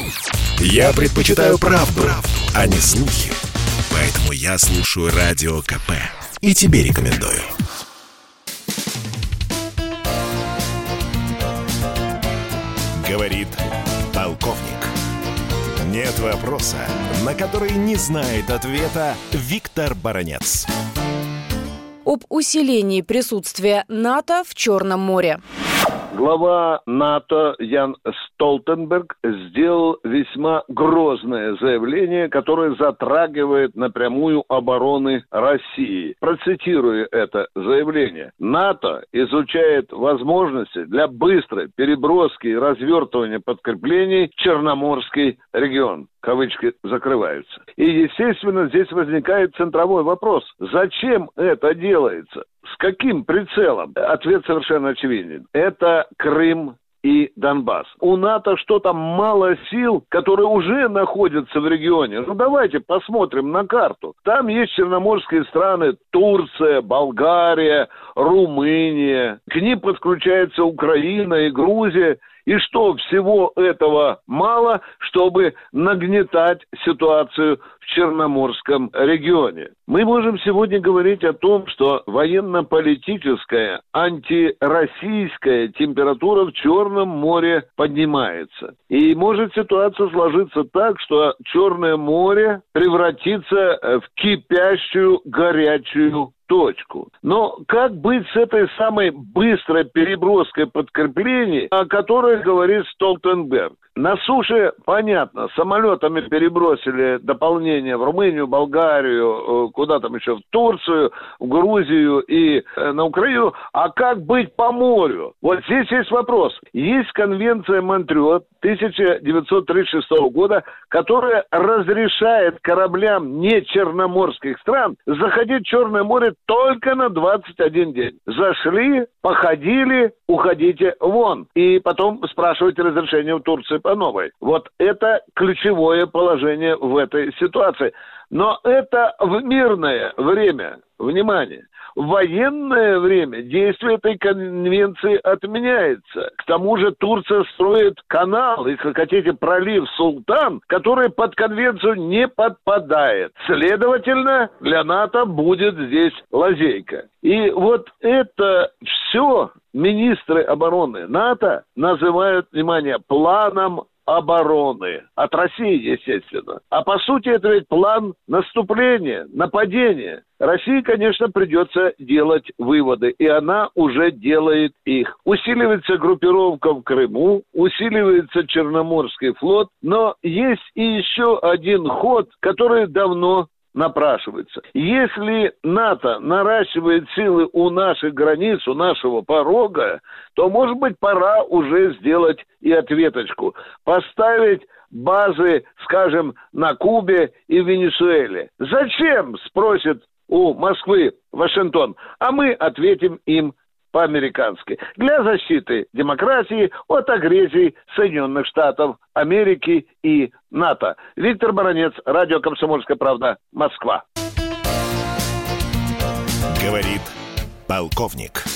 Я предпочитаю правду, а не слухи. Поэтому я слушаю Радио КП. И тебе рекомендую. Говорит полковник. Нет вопроса, на который не знает ответа Виктор Баранец. Об усилении присутствия НАТО в Черном море. Глава НАТО Ян Столтенберг сделал весьма грозное заявление, которое затрагивает напрямую обороны России. Процитирую это заявление. НАТО изучает возможности для быстрой переброски и развертывания подкреплений в Черноморский регион. Кавычки закрываются. И, естественно, здесь возникает центровой вопрос. Зачем это делается? С каким прицелом? Ответ совершенно очевиден. Это Крым и Донбасс. У НАТО что-то мало сил, которые уже находятся в регионе. Ну, давайте посмотрим на карту. Там есть черноморские страны Турция, Болгария, Румыния. К ним подключается Украина и Грузия. И что, всего этого мало, чтобы нагнетать ситуацию в Черноморском регионе? Мы можем сегодня говорить о том, что военно-политическая, антироссийская температура в Черном море поднимается. И может ситуация сложиться так, что Черное море превратится в кипящую горячую точку. Но как быть с этой самой быстрой переброской подкреплений, о которой говорит Столтенберг? На суше, понятно, самолетами перебросили дополнение в Румынию, Болгарию, куда там еще, в Турцию, в Грузию и на Украину. А как быть по морю? Вот здесь есть вопрос. Есть конвенция Монтрё 1936 года, которая разрешает кораблям не черноморских стран заходить в Черное море только на 21 день. Зашли, походили, уходите вон. И потом спрашивайте разрешение у Турции по новой. Вот это ключевое положение в этой ситуации. Но это в мирное время. Внимание. В военное время действие этой конвенции отменяется. К тому же Турция строит канал, если хотите, пролив Султан, который под конвенцию не подпадает. Следовательно, для НАТО будет здесь лазейка. И вот это все министры обороны НАТО называют, внимание, планом обороны. От России, естественно. А по сути это ведь план наступления, нападения. России, конечно, придется делать выводы, и она уже делает их. Усиливается группировка в Крыму, усиливается Черноморский флот, но есть и еще один ход, который давно напрашивается. Если НАТО наращивает силы у наших границ, у нашего порога, то, может быть, пора уже сделать и ответочку. Поставить базы, скажем, на Кубе и Венесуэле. Зачем, спросит у Москвы Вашингтон, а мы ответим им по-американски. Для защиты демократии от агрессии Соединенных Штатов Америки и НАТО. Виктор Баранец, Радио «Комсомольская правда», Москва. Говорит полковник.